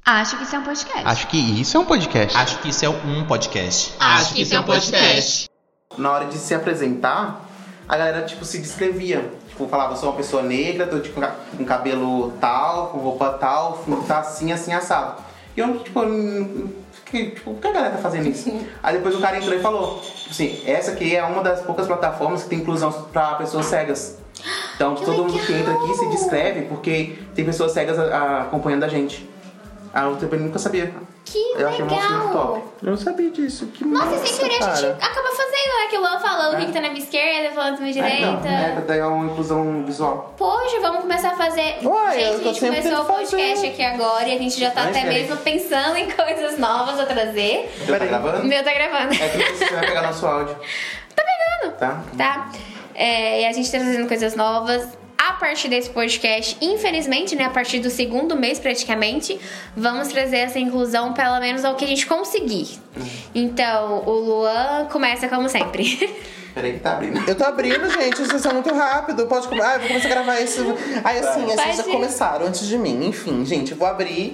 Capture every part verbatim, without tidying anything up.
Acho que isso é um podcast. Acho que isso é um podcast. Acho que isso é um podcast. Acho que isso é um podcast. Na hora de se apresentar, a galera, tipo, se descrevia. Tipo, falava, sou uma pessoa negra, tô tipo, com cabelo tal, com roupa tal, tá assim, assim, assado. E eu, tipo, que, tipo, por que a galera tá fazendo isso? Aí depois o cara entrou e falou, assim, essa aqui é uma das poucas plataformas que tem inclusão pra pessoas cegas. Então, Que todo legal. mundo que entra aqui se descreve porque tem pessoas cegas a, a, acompanhando a gente. Ah, eu também nunca sabia. Que Eu achei muito legal. top. Eu não sabia disso. Que Nossa, massa, sem querer a cara. gente acaba fazendo, né? Que o Luan falando o que tá na minha esquerda, falando na minha É, não, direita. é, daí é uma inclusão visual. Poxa, vamos começar a fazer. Uai, eu gente, tô a gente sempre começou o tentando podcast fazer. aqui agora e a gente já tá Mas, até peraí. mesmo pensando em coisas novas a trazer. Você tá gravando? O meu tá gravando. É que você vai pegar nosso áudio. Tá pegando. Tá? Tá? É, e a gente tá trazendo coisas novas. A partir desse podcast, infelizmente, né, a partir do segundo mês praticamente, vamos trazer essa inclusão pelo menos ao que a gente conseguir. Então, o Luan começa como sempre. Peraí que tá abrindo. Eu tô abrindo, gente, vocês são muito rápido. Pode começar. Ah, eu vou começar a gravar isso. Aí assim, Vai. vocês já Pode. começaram antes de mim. Enfim, gente, eu vou abrir.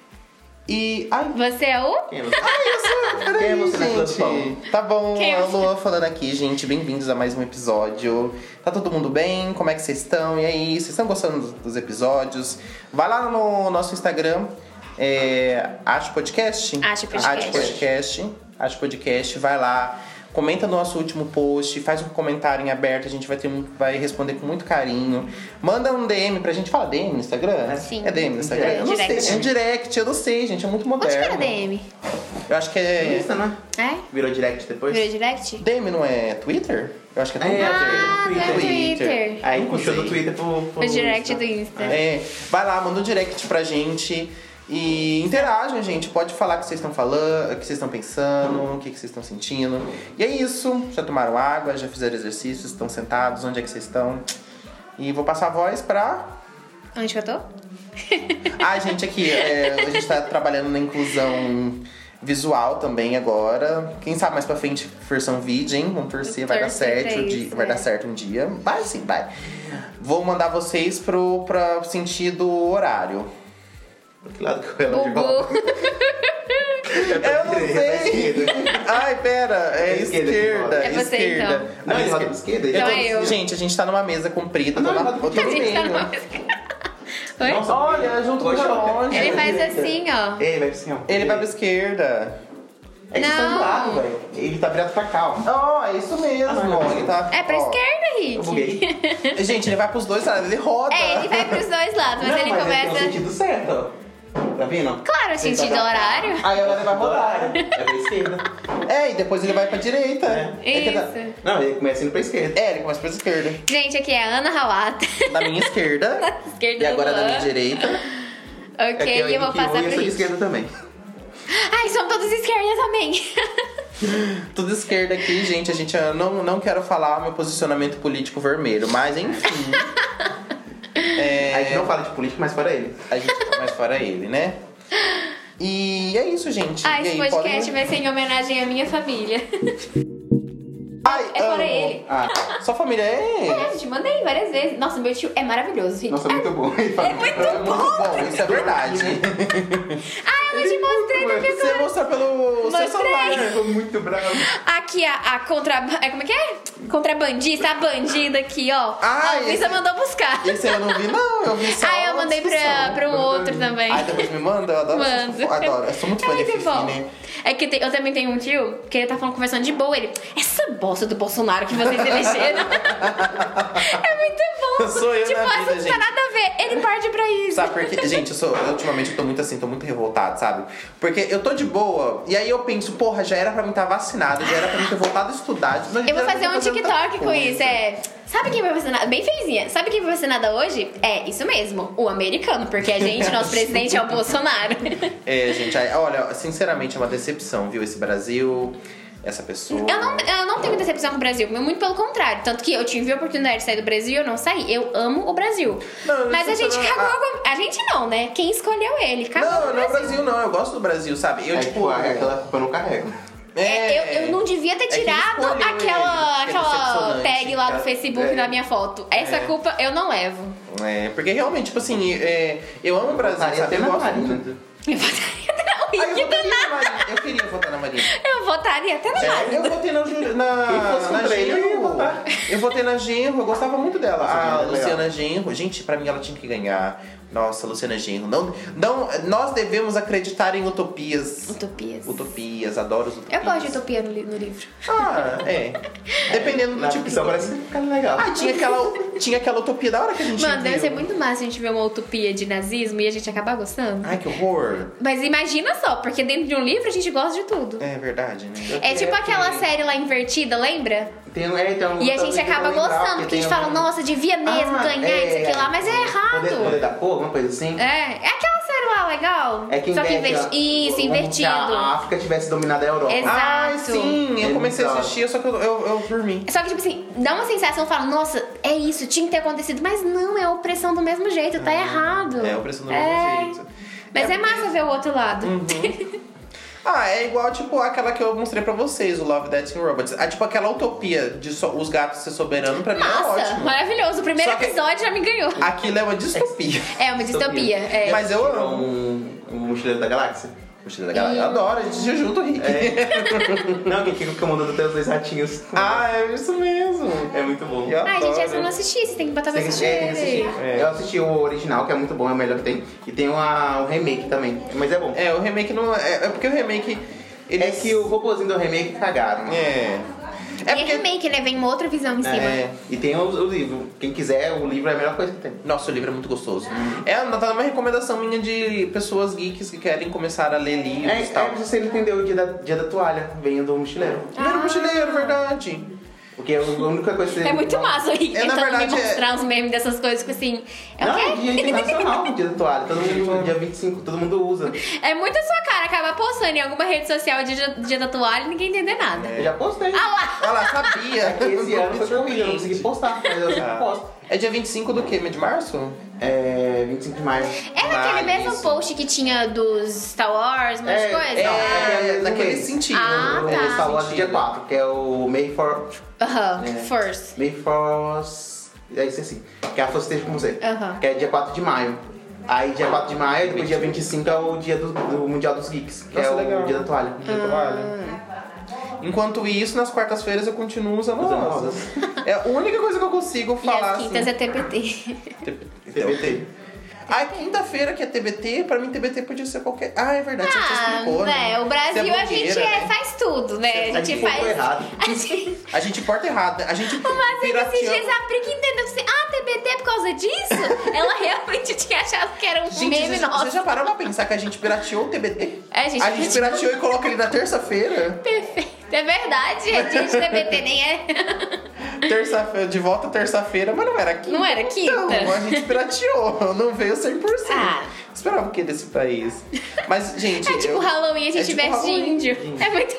E. Ai, Você é o? Quem é você? peraí, Quem é você na fila do pão? gente. Tá bom, Quem é é o você? Luan falando aqui, gente. Bem-vindos a mais um episódio. Tá todo mundo bem? Como é que vocês estão? E aí, vocês estão gostando dos- dos episódios? Vai lá no nosso Instagram, é, Acho Podcast. Acho Podcast. Acho Podcast. Acho Podcast. Vai lá. Comenta no nosso último post, faz um comentário em aberto, a gente vai, ter, um- vai responder com muito carinho. Manda um D M pra gente. Fala D M no Instagram? Sim. É D M no Instagram? É, eu não direct. sei. É um direct, eu não sei, gente. É muito Onde que moderno. era D M? Eu acho que é. Insta, né? É? Virou direct depois? Virou direct? D M não é Twitter? Eu acho que é É, Twitter. Ah, Twitter. do Twitter. Aí Não puxou sei. do Twitter pro... pro O direct Insta. do Insta. É, vai lá, manda um direct pra gente. E interajam, gente. Pode falar o que vocês estão falando, o que vocês estão pensando, o que que vocês estão sentindo. E é isso. Já tomaram água, já fizeram exercícios, estão sentados, onde é que vocês estão? E vou passar a voz pra. Onde que eu tô? Ah, gente, aqui, é, a gente tá trabalhando na inclusão visual também agora. Quem sabe mais pra frente, versão vídeo, hein? Vamos torcer, vai dar Torcer certo. pra um dia- isso, vai é. dar certo um dia. Vai sim, vai. Vou mandar vocês pro pra sentido horário. Pra que lado que o relógio Bubu. volta? Eu não Direita, pra sei. esquerda. Ai, pera, é É esquerda que esquerda. roda. É você, esquerda. então. Não, A ele roda esquerda. pra esquerda? Eu Então tô- é eu. Gente, a gente tá numa mesa comprida, Não, tô, na, ele eu roda tô A no gente tá meio. numa... Oi? Nossa, Olha, junto com o Hoje- relógio. Ele faz direita. assim, ó. Ei, vai assim, ó. Ele vai pra esquerda. É que vocês estão Não. do lado, velho. Ele tá virado pra cá, ó. Ó, é isso mesmo. Ah, não, ele tá, É pra ó. esquerda, Eu buguei. Rick. Gente, ele vai pros dois lados, ele roda. É, ele vai pros dois lados, mas Não, ele mas começa... é no sentido certo, ó. Tá vendo? Claro, sentido horário. Aí agora ele vai rodar. É pra esquerda. É, e depois ele vai pra direita. É. É que da- Isso. Não, ele começa indo pra esquerda. É, ele começa pra esquerda. Gente, aqui é a Ana Rawata. Da minha esquerda. Esquerda E agora do da minha Luan. direita. Ok, Aqui é o e eu vou Henrique passar Wu e pro eu sou de Rick. esquerda também. Ai, somos todos esquerda também. Tudo esquerda aqui, gente. A gente eu não, não quero falar o meu posicionamento político vermelho, mas enfim. É, A gente não fala de política, mas fora ele. a gente mais fora ele, né? E é isso, gente. Ah, E esse aí, podcast podem- vai ser em homenagem à minha família. Ai, É fora amo. ele. Ah, Sua família é. É, gente, mandei várias vezes. Nossa, meu tio é maravilhoso, Rick. nossa, muito bom. Ele fala É muito É muito bom, isso é verdade. Ah, eu te mostrei no Você episódio. mostra pelo seu Mostrei. celular. Eu tô muito bravo. Aqui a, a contra... é, como é que é? Contrabandista, a bandida aqui, ó. Ah, a Luísa esse- mandou buscar. Esse eu não vi, não. Eu vi só Ah, eu uma mandei pra, discussão. pra um outro também. Ai, depois me manda, eu adoro. Mando. essas- Adoro, eu sou muito É fã de muito Fifi, bom. né? É que tem- eu também tenho um tio que ele tá falando, conversando de boa. Ele, essa bosta do Bolsonaro que vocês elegeram. É muito bom. Sou eu tipo, na vida, essa não gente. tá nada a ver. Ele parte pra isso. Sabe por quê? Gente, eu sou, eu, ultimamente eu tô muito assim, tô muito revoltado, sabe? Porque eu tô de boa, e aí eu penso, porra, já era pra mim estar vacinado, já era pra mim ter voltado a estudar. já Eu vou era pra fazer mim um fazer outra TikTok com coisa. isso. É. Sabe quem vai vacinar? Bem feizinha. Sabe quem vai vacinada hoje? É, isso mesmo. O americano. Porque a gente, nosso presidente é o Bolsonaro. É, gente, aí, olha, sinceramente é uma decepção, viu? Esse Brasil, essa pessoa. Eu não, eu não tenho decepção com o Brasil, muito pelo contrário. Tanto que eu tive a oportunidade de sair do Brasil e eu não saí. Eu amo o Brasil. Não, Mas a isso gente não- cagou. com- A gente não, né? Quem escolheu ele? Cagou Não, com o não é o Brasil. Brasil, não. Eu gosto do Brasil, sabe? Eu, É, tipo. tipo, aquela culpa eu não carrego. É, eu, eu não devia ter é que tirado escolheu aquela, ele, que é aquela decepcionante, tag lá do cara. Facebook É. na minha foto. Essa É. culpa eu não levo. É, porque realmente, tipo assim, é, eu amo o Brasil, Estaria sabe? até Eu na gosto Marina. muito. Eu votaria até na Ah, eu, Wiki do votaria nada. na Marina. Eu queria votar na Marina. Eu votaria até na É, Marina. eu votei na, Júlia- na, Quem fosse na contra ele, eu ia Genro. votar. Eu votei na Genro, eu gostava muito dela. Nossa, A ela é legal. Luciana Genro. Gente, pra mim ela tinha que ganhar. Nossa, Luciana Genro. Não, não, nós devemos acreditar em utopias. Utopias. Utopias, adoro as utopias. Eu gosto de utopia no, li- no livro. Ah, é. Dependendo do Na tipo de ficção parece utopia. ficar legal. Ah, tinha aquela, tinha aquela utopia da hora que a gente Mano, viu. deve ser muito massa a gente ver uma utopia de nazismo e a gente acabar gostando. Ai, que horror. Mas imagina só, porque dentro de um livro a gente gosta de tudo. É verdade, né? É tipo É, aquela tem- série lá invertida, lembra? Tem, é, tem um, E a talvez gente eu acaba vou lembrar, gostando, porque a gente tem fala, um- nossa, devia mesmo Ah, ganhar é, isso aqui lá, mas é errado. Poder, poder da cor, alguma coisa assim. É, é aquela série lá legal. É que Só que inverte, inverte. Isso, como invertido. Se a África tivesse dominado a Europa. Exato. Ai, sim, eu comecei a Exato. assistir, só que eu, eu, eu dormi. Só que, tipo assim, dá uma sensação, fala, nossa, é isso, tinha que ter acontecido. Mas não, é opressão do mesmo jeito, tá errado. É, opressão do É. mesmo jeito. Mas é, É massa ver o outro lado. Ah, é igual, tipo, aquela que eu mostrei pra vocês, o Love, Death and Robots. Ah, tipo, aquela utopia de so- os gatos ser soberanos, pra mim é Massa, ótimo. maravilhoso. O primeiro Só que- episódio já me ganhou. Aquilo é uma distopia. É uma distopia. É. Mas eu Tipo, amo. Um, um mochileiro da galáxia. Mochila da Galáxia. Eu adoro, a gente se junta, Rick. Não, quem fica comandando até os dois ratinhos. Ah, é isso mesmo. É muito bom. Eu Ai, adoro. gente, essa eu não assisti, você tem que botar pra Tem que, assistir. é, tem que assistir. É. Eu assisti o original, que é muito bom, é o melhor que tem. E tem uma, um remake também, mas é bom. É, o remake não... É, é porque o remake... Ele É que o robôzinho do remake cagaram. né? É. É porque... remake, né? Vem uma outra visão em cima. É. E tem o, o livro. Quem quiser, o livro é a melhor coisa que tem. Nossa, o livro é muito gostoso. É, tá uma recomendação minha de pessoas geeks que querem começar a ler livros É, e tal. é pra você não entender o dia da, dia da toalha, venha do mochileiro. Primeiro mochileiro, verdade. Porque a única coisa que você... É muito massa o Rick É, na tentando me verdade, é- mostrar os memes dessas coisas, tipo assim. É Não, o é quê? dia internacional, o dia da toalha. Todo mundo, dia vinte e cinco, todo mundo usa. É muito a sua cara acabar postando em alguma rede social dia, dia da toalha e ninguém entender nada. Eu já postei. Ah lá! Olha lá, sabia. É que esse ano foi corrido, eu não consegui postar, mas eu sempre Ah. posto. É dia vinte e cinco do quê? De março? É vinte e cinco de maio. É naquele Ah, mesmo isso. post que tinha dos Star Wars, umas É, coisas? é, Ah, é, é, naquele mês. sentido. Ah, no tá. É Star Wars sentido. dia quatro, que é o May for... Aham, É. first. May Force... É isso assim. Que é a Força esteja com você. Aham. Que é dia quatro de maio. Aí dia quatro de maio, depois dia vinte e cinco é o dia do, do Mundial dos Geeks. Que Nossa, é o legal. dia da toalha. Dia da toalha. Enquanto isso, nas quartas-feiras eu continuo usando Usando rosas. É a única coisa que eu consigo E falar as quintas assim. é T B T. T B T. A quinta-feira que é T B T, pra mim T B T podia ser qualquer... Ah, é verdade, você Ah, explicou, né? né? O Brasil Você é a gente blogueira, é, né? faz tudo, né? A A gente gente faz. faz errado. A gente... A gente porta errado, né? A gente Mas esses pirateou. dias a Pri que entendeu assim, ah, T B T é por causa disso? Ela realmente tinha achado que era um Gente, meme você, nosso. você já parou pra pensar que a gente pirateou o T B T? É, a gente a gente pirateou e coloca ele na terça-feira. Perfeito. É verdade, é dia de T B T, nem é. Terça-feira, de volta terça-feira, mas não era quinta. Não era quinta? Então, a gente pirateou, não veio cem por cento. Ah. Esperava o que desse país? Mas, gente... É tipo eu... Halloween, a gente é tipo veste de Halloween. índio. É muito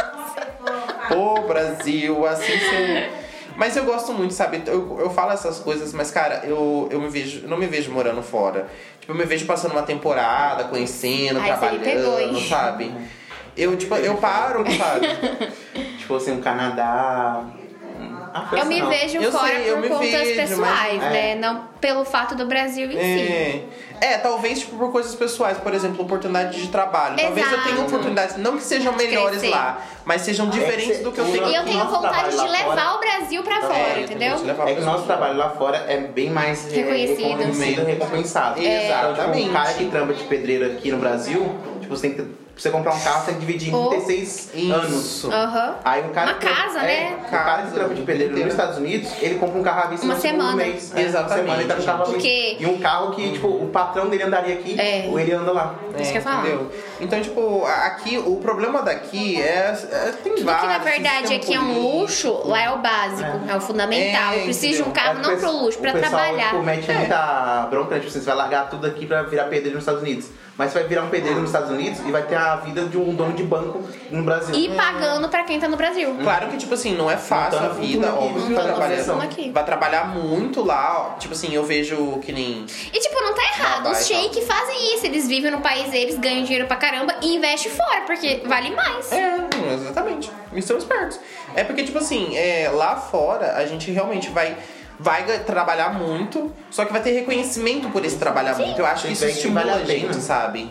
massa. Ô, Brasil, assim você... Mas eu gosto muito, sabe? Eu, eu falo essas coisas, mas, cara, eu, eu me vejo, eu não me vejo morando fora. Tipo, eu me vejo passando uma temporada, conhecendo, Ai, você me trabalhando, pegou, hein? sabe? Eu, tipo, eu paro, sabe? Tipo assim, um Canadá... Ah, Eu me não. vejo Eu fora sei, eu por me contas vejo, pessoais, mas- né? é. Não pelo fato do Brasil em si. É. é, talvez tipo, por coisas pessoais, por exemplo, oportunidade de trabalho. Talvez eu Exato. tenha oportunidades, não que sejam De melhores crescer. lá, mas sejam diferentes que do que eu o- tenho E eu aqui. tenho Nosso vontade de trabalho lá levar fora- o Brasil pra fora, É, entendeu? te levar É que o pra- nosso trabalho lá fora é bem mais é, Reconhecido. reconhecido e recompensado. É. Então, tipo, Exatamente. um cara que trampa de pedreiro aqui no Brasil, tipo, você tem que... Pra você comprar um carro, você tem que dividir em Oh. trinta e seis anos. Aham. Aí um cara Uma que- casa, é, né? O cara que trampa de pedreiro nos Estados Unidos, ele compra um carro à vista Uma no segundo semana. mês. É, Exatamente, Uma semana ele tá com o carro à vista. Porque- E um carro que, tipo, o patrão dele andaria aqui, É. ou ele anda lá. Isso que eu ia falar. Entendeu? Então, tipo, aqui, o problema daqui é. é tem Tudo que vários, na verdade sistema aqui é um político. luxo, lá é o básico, é, o fundamental. É, eu preciso de um entendeu? carro É, não o pro luxo, pra o pessoal, trabalhar. Tipo, mete muita bronca, né? Tipo, você vai largar tudo aqui pra virar pedreiro nos Estados Unidos. Mas você vai virar um pedreiro nos Estados Unidos e vai ter a vida de um dono de banco no Brasil. E pagando pra quem tá no Brasil. Claro que, tipo assim, não é fácil a Montando vida, tudo aqui, óbvio que vai montando trabalhar. tudo aqui. Vai trabalhar muito lá, ó. Tipo assim, eu vejo que nem. E tipo, não tá errado. Não vai, Os sheiks fazem isso. Eles vivem no país deles, ganham dinheiro pra caramba e investem fora, porque vale mais. É, exatamente. Eles são espertos. É porque, tipo assim, é, lá fora a gente realmente vai. Vai ga- trabalhar muito, só que vai ter reconhecimento por esse trabalhar muito. Eu acho que isso Feedback estimula vale a a gente, pena. sabe?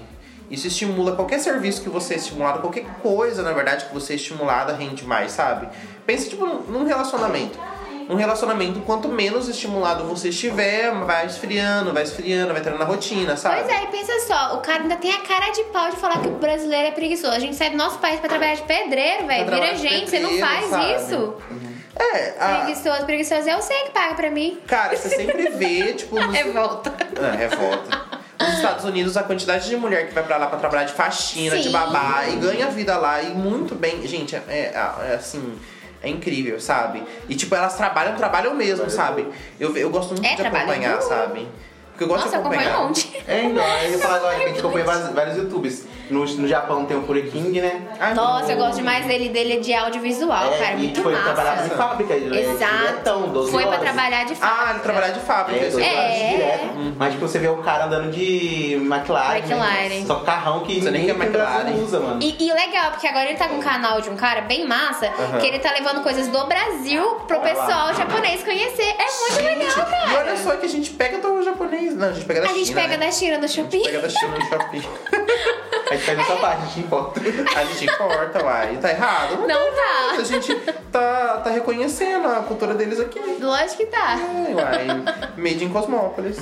Isso estimula qualquer serviço que você é estimulado, qualquer coisa, na verdade, que você é estimulada rende mais, sabe? Pensa, tipo, num relacionamento. Um relacionamento, quanto menos estimulado você estiver, vai esfriando, vai esfriando, vai entrando na rotina, sabe? Pois é, e pensa só, o cara ainda tem a cara de pau de falar que o brasileiro é preguiçoso. A gente sai do nosso país pra trabalhar de pedreiro, velho. Vira de gente, você não pedreiro, faz sabe? isso. É, a... Preguiçoso, preguiçoso é você que paga pra mim. Cara, você sempre vê, tipo... Nos... Revolta. É, revolta. Nos Estados Unidos, a quantidade de mulher que vai pra lá pra trabalhar de faxina, Sim. de babá, e ganha vida lá, e muito bem. Gente, é, é, é assim... É incrível, sabe? E, tipo, elas trabalham, trabalham mesmo, sabe? Eu, eu gosto muito É, de trabalham acompanhar, muito. sabe? Porque eu gosto Nossa, eu de acompanho acompanhar. um monte. É, então, aí eu falo agora que a gente acompanha vários, vários youtubers. No, no Japão tem o Pure King, né? Ai, Nossa, eu no- gosto demais dele, dele é de audiovisual, É, cara. e Muito foi trabalhar em massa. fábrica. ele é Exato. diretão, doze Foi pra horas. trabalhar de fábrica. Ah, ele trabalhar de fábrica. É, isso doze aí. horas É. direto. Mas, tipo, você vê o cara andando de McLaren. McLaren. Né? Só carrão que Você nem ninguém quer aqui no Brasil McLaren. usa, mano. E, e legal, porque agora ele tá com um canal de um cara bem massa, Aham. que ele tá levando coisas do Brasil pro pessoal japonês conhecer. É muito legal, cara. E olha só que a gente pega do japonês. Não, a gente pega da A China. gente pega né? da China no A gente Shopee. pega da China no Shopee. A gente faz essa parte, a gente importa. A gente importa, uai. Tá errado? Não tá. A gente tá, tá reconhecendo a cultura deles aqui. Lógico que tá. Ai, uai. Made in Cosmópolis.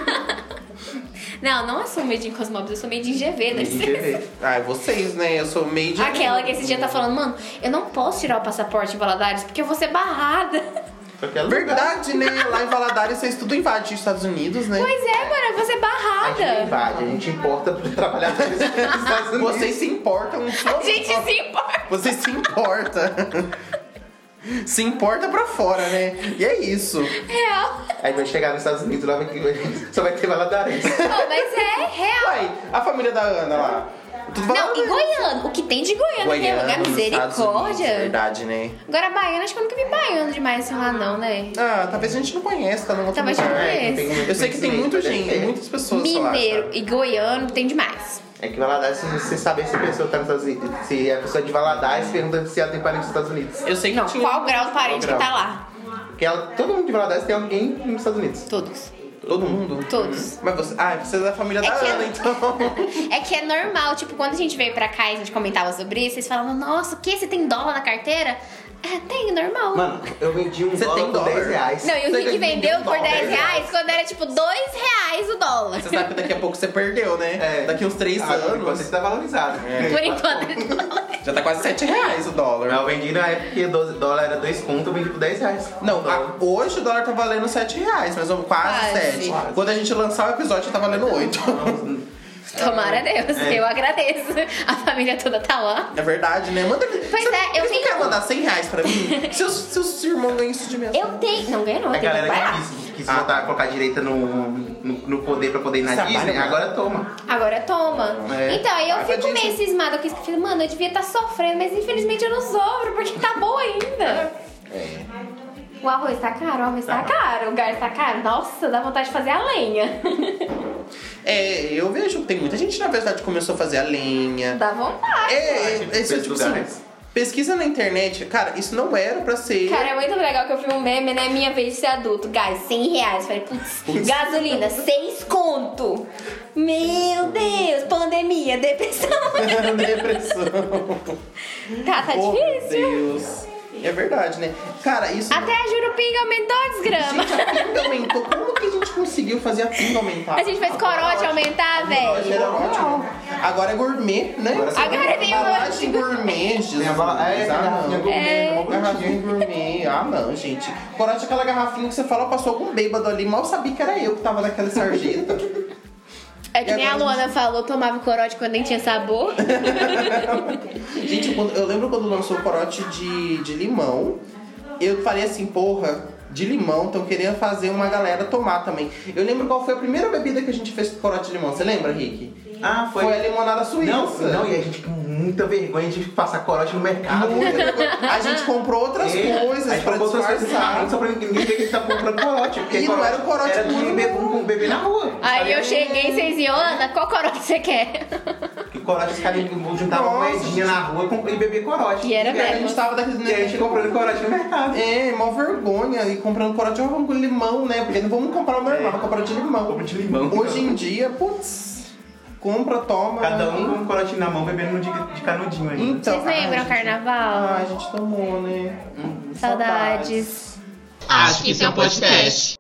Não, não sou made in Cosmópolis, eu sou made in G V, né? A gente vê. Ai, vocês, né? Eu sou made in... Aquela que esse dia tá falando, mano, eu não posso tirar o passaporte em Valadares porque eu vou ser barrada. Qualquer lugar. Verdade, né? Lá em Valadares vocês tudo invadem os Estados Unidos, né? Pois é, mano, eu vou ser A gente barrada. invade, a gente importa pra trabalhar nos Estados Unidos. Vocês se importam. A gente se importa. Vocês se importam. Se importa pra fora, né? E é isso. Real. Aí vai chegar nos Estados Unidos, lá vai, só vai ter valadarense. Não, mas é real. Uai, a família da Ana lá. Tudo Não, Valadares. e Goiano. O que tem de Goiano, naquele lugar, Goiânia, nos Estados Unidos, misericórdia. verdade, né? Agora, baiano, acho que eu nunca vi baiano demais assim lá, não, né? Ah, talvez a gente não conheça, tá num outro Talvez a gente lugar. não conheça. tem muito Eu sei que tem conhecimento, muita deve gente, ter. muitas pessoas lá, Mineiro sabe? e goiano tem demais. É que Valadares, se você saber se a pessoa tá nos Estados Unidos, se a pessoa é de Valadares, pergunta se ela tem parente nos Estados Unidos. Eu sei que Não, tinha... qual o grau do parente Qual que grau? tá lá? Porque ela, todo mundo de Valadares tem alguém nos Estados Unidos. Todos. Todo mundo? Todos. Mas você... Ah, você é da família da É que Ana, é- então... É que é normal, tipo, quando a gente veio pra cá e a gente comentava sobre isso, vocês falavam, nossa, o que? Você tem dólar na carteira? É, tem, normal. Mano, eu vendi um Você dólar tem por dólar? dez reais. Não, e o Você Rick vendeu por dólar, dez dez reais reais. quando era tipo dois reais o dólar. Você sabe que daqui a pouco você perdeu, né? É. Daqui uns três Ah, por enquanto anos. você tá valorizado. É. Por enquanto. Já tá quase sete reais o dólar. Eu vendi na época que doze dólar era dois conto, eu vendi por dez reais. Não, Dólar. a- hoje o dólar tá valendo sete reais, mas quase Quase. sete. Quando a gente lançar o episódio, tá valendo oito. Tomara a Deus, É. eu agradeço. A família toda tá lá. É verdade, né? Manda. Pois você, é, eu você tenho- não quer mandar cem reais pra mim? Seus, seus irmãos ganham isso de mim. Eu tenho. Não ganha, não, A eu tenho que galera pagar. que quis, quis Ah. botar, colocar a direita no, no, no poder pra poder ir na Trabalha Disney, mais. agora toma. Agora toma. É. Então, aí eu Paga fico meio disso. cismada com isso. Que eu fico, mano, eu devia estar sofrendo, mas infelizmente eu não sofro, porque tá bom ainda. É. O arroz tá caro, o arroz tá caro, o gás tá caro. Nossa, dá vontade de fazer a lenha. É, eu vejo que tem muita gente, na verdade, que começou a fazer a lenha. Dá vontade. É, é, tipo, esse é tipo assim. lugares. Pesquisa na internet, cara, isso não era pra ser. Cara, é muito legal que eu vi um meme, né? Minha vez de ser adulto. Gás, cem reais. Falei, putz, gasolina, seis conto. Meu Deus, pandemia, depressão. Depressão. Tá, tá Oh, difícil. Meu Deus. É verdade, né? Cara, isso. Até a Jurupinga aumentou a desgrama. Gente, a pinga aumentou. Como que a gente conseguiu fazer a pinga aumentar? A gente fez corote aumentar, velho. Era ótimo. Agora é gourmet, né? Agora tem uma- embalagem gourmet, Jesus. Tem a bala- é, ah, garrafinha não. gourmet, É. uma Garrafinha gourmet. Ah, não, gente. Corote é aquela garrafinha que você fala, passou algum bêbado ali. Mal sabia que era eu que tava naquela sarjeta. É que E nem a agora a Luana falou, tomava corote quando nem tinha sabor. Gente, quando- eu lembro quando lançou o corote de, de limão, eu falei assim, porra, de limão, estão querendo fazer uma galera tomar também. Eu lembro qual foi a primeira bebida que a gente fez com corote de limão. Você lembra, Rick? Ah, foi. Foi a limonada suíça. Não, não, e a gente com muita vergonha de passar corote no mercado. A gente comprou outras É, coisas a gente pra comprou outras coisas disfarçar. só pra ninguém ver que a gente tá comprando corote. Porque E não era o corote era de puro, beber, não. um bebê na rua. Aí eu cheguei e vocês iam, Ana, qual corote você quer? Que corote, os caras juntavam Nossa, moedinha na rua com- e beber corote. E era E aí a mesmo. gente tava daquele E a gente comprando corote no mercado. É, mó vergonha. E comprando corote, vamos com limão, né? Porque não vamos comprar o normal, vamos comprar de limão. Compra de limão. Hoje em dia, putz, compra, toma. Cada um com um corotinho na mão, bebendo de, de canudinho aí. Então, Vocês lembram ai, gente, carnaval? Ah, a gente tomou, né? Hum, Saudades. Acho que isso é um podcast.